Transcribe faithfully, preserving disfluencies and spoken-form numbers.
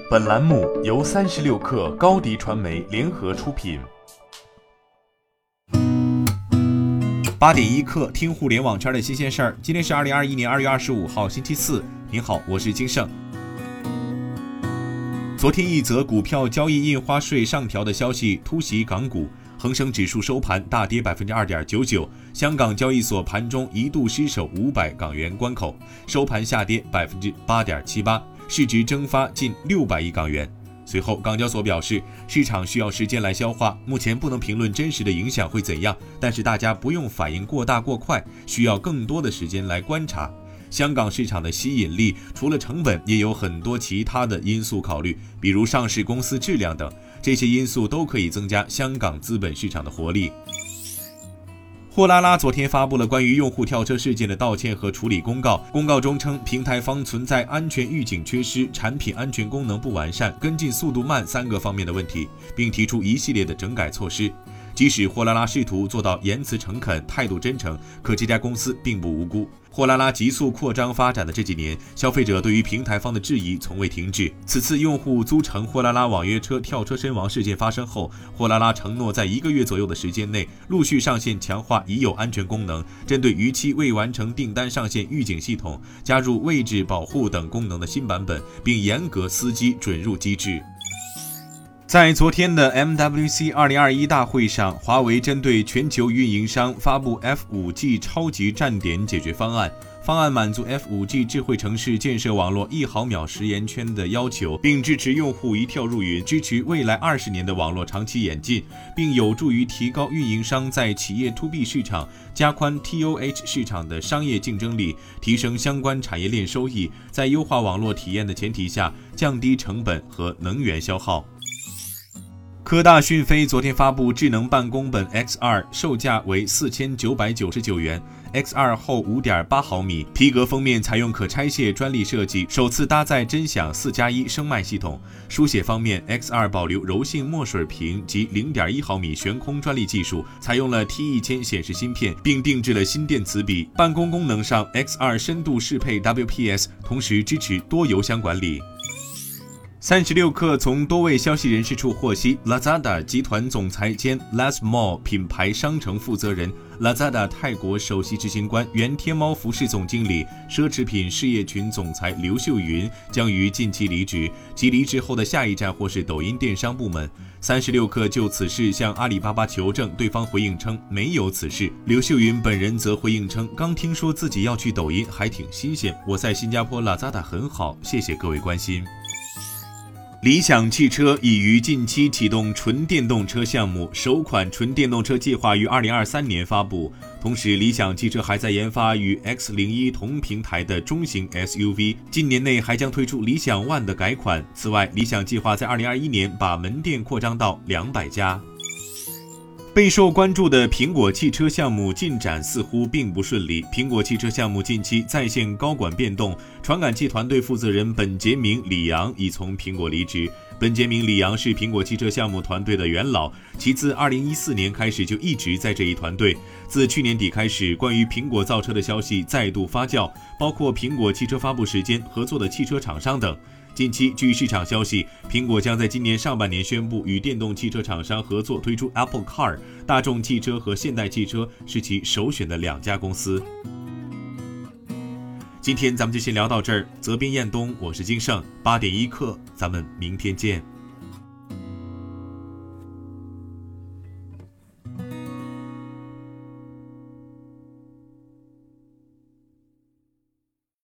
本栏目由三十六氪高迪传媒联合出品。 八点一刻，听互联网圈的新鲜事儿。今天是二零二一年二月二十五号，星期四。您好，我是金盛。昨天一则股票交易印花税上调的消息突袭港股，恒生指数收盘大跌 百分之二点九九， 香港交易所盘中一度失守五百港元关口，收盘下跌 百分之八点七八， 市值蒸发近六百亿港元。随后港交所表示，市场需要时间来消化，目前不能评论真实的影响会怎样，但是大家不用反应过大过快，需要更多的时间来观察。香港市场的吸引力除了成本，也有很多其他的因素考虑，比如上市公司质量等，这些因素都可以增加香港资本市场的活力。货拉拉昨天发布了关于用户跳车事件的道歉和处理公告，公告中称平台方存在安全预警缺失、产品安全功能不完善、跟进速度慢三个方面的问题，并提出一系列的整改措施。即使货拉拉试图做到言辞诚恳、态度真诚，可这家公司并不无辜。货拉拉急速扩张发展的这几年，消费者对于平台方的质疑从未停止。此次用户租乘货拉拉网约车跳车身亡事件发生后，货拉拉承诺在一个月左右的时间内，陆续上线强化已有安全功能，针对逾期未完成订单上线预警系统，加入位置保护等功能的新版本，并严格司机准入机制。在昨天的 M W C 二零二一大会上，华为针对全球运营商发布 F 五 G 超级站点解决方案，方案满足 F 五 G 智慧城市建设网络一毫秒时延圈的要求，并支持用户一跳入云，支持未来二十年的网络长期演进，并有助于提高运营商在企业 to B 市场、加宽 T O H 市场的商业竞争力，提升相关产业链收益，在优化网络体验的前提下，降低成本和能源消耗。科大讯飞昨天发布智能办公本 X 二， 售价为四千九百九十九元。X 二 厚 五点八毫米，皮革封面采用可拆卸专利设计，首次搭载真享 四加一 声麦系统。书写方面 ，X 二 保留柔性墨水屏及 零点一毫米悬空专利技术，采用了 T 一千 显示芯片，并定制了新电磁笔。办公功能上 ，X 二 深度适配 W P S， 同时支持多邮箱管理。三十六氪从多位消息人士处获悉 ，Lazada 集团总裁兼 Last Mall 品牌商城负责人、Lazada 泰国首席执行官、原天猫服饰总经理、奢侈品事业群总裁刘秀云将于近期离职，其离职后的下一站或是抖音电商部门。三十六氪就此事向阿里巴巴求证，对方回应称没有此事。刘秀云本人则回应称，刚听说自己要去抖音，还挺新鲜。我在新加坡 Lazada 很好，谢谢各位关心。理想汽车已于近期启动纯电动车项目，首款纯电动车计划于二零二三年发布。同时，理想汽车还在研发与 X 零一 同平台的中型 S U V， 今年内还将推出理想 ONE 的改款。此外，理想计划在二零二一年把门店扩张到两百家。备受关注的苹果汽车项目进展似乎并不顺利。苹果汽车项目近期在线高管变动，传感器团队负责人本杰明·里昂已从苹果离职。本杰明·里昂是苹果汽车项目团队的元老，其自二零一四年开始就一直在这一团队。自去年底开始，关于苹果造车的消息再度发酵，包括苹果汽车发布时间、合作的汽车厂商等。近期，据市场消息，苹果将在今年上半年宣布与电动汽车厂商合作推出 Apple Car， 大众汽车和现代汽车是其首选的两家公司。今天咱们就先聊到这儿，责编彦东，我是金盛，八点一刻，咱们明天见。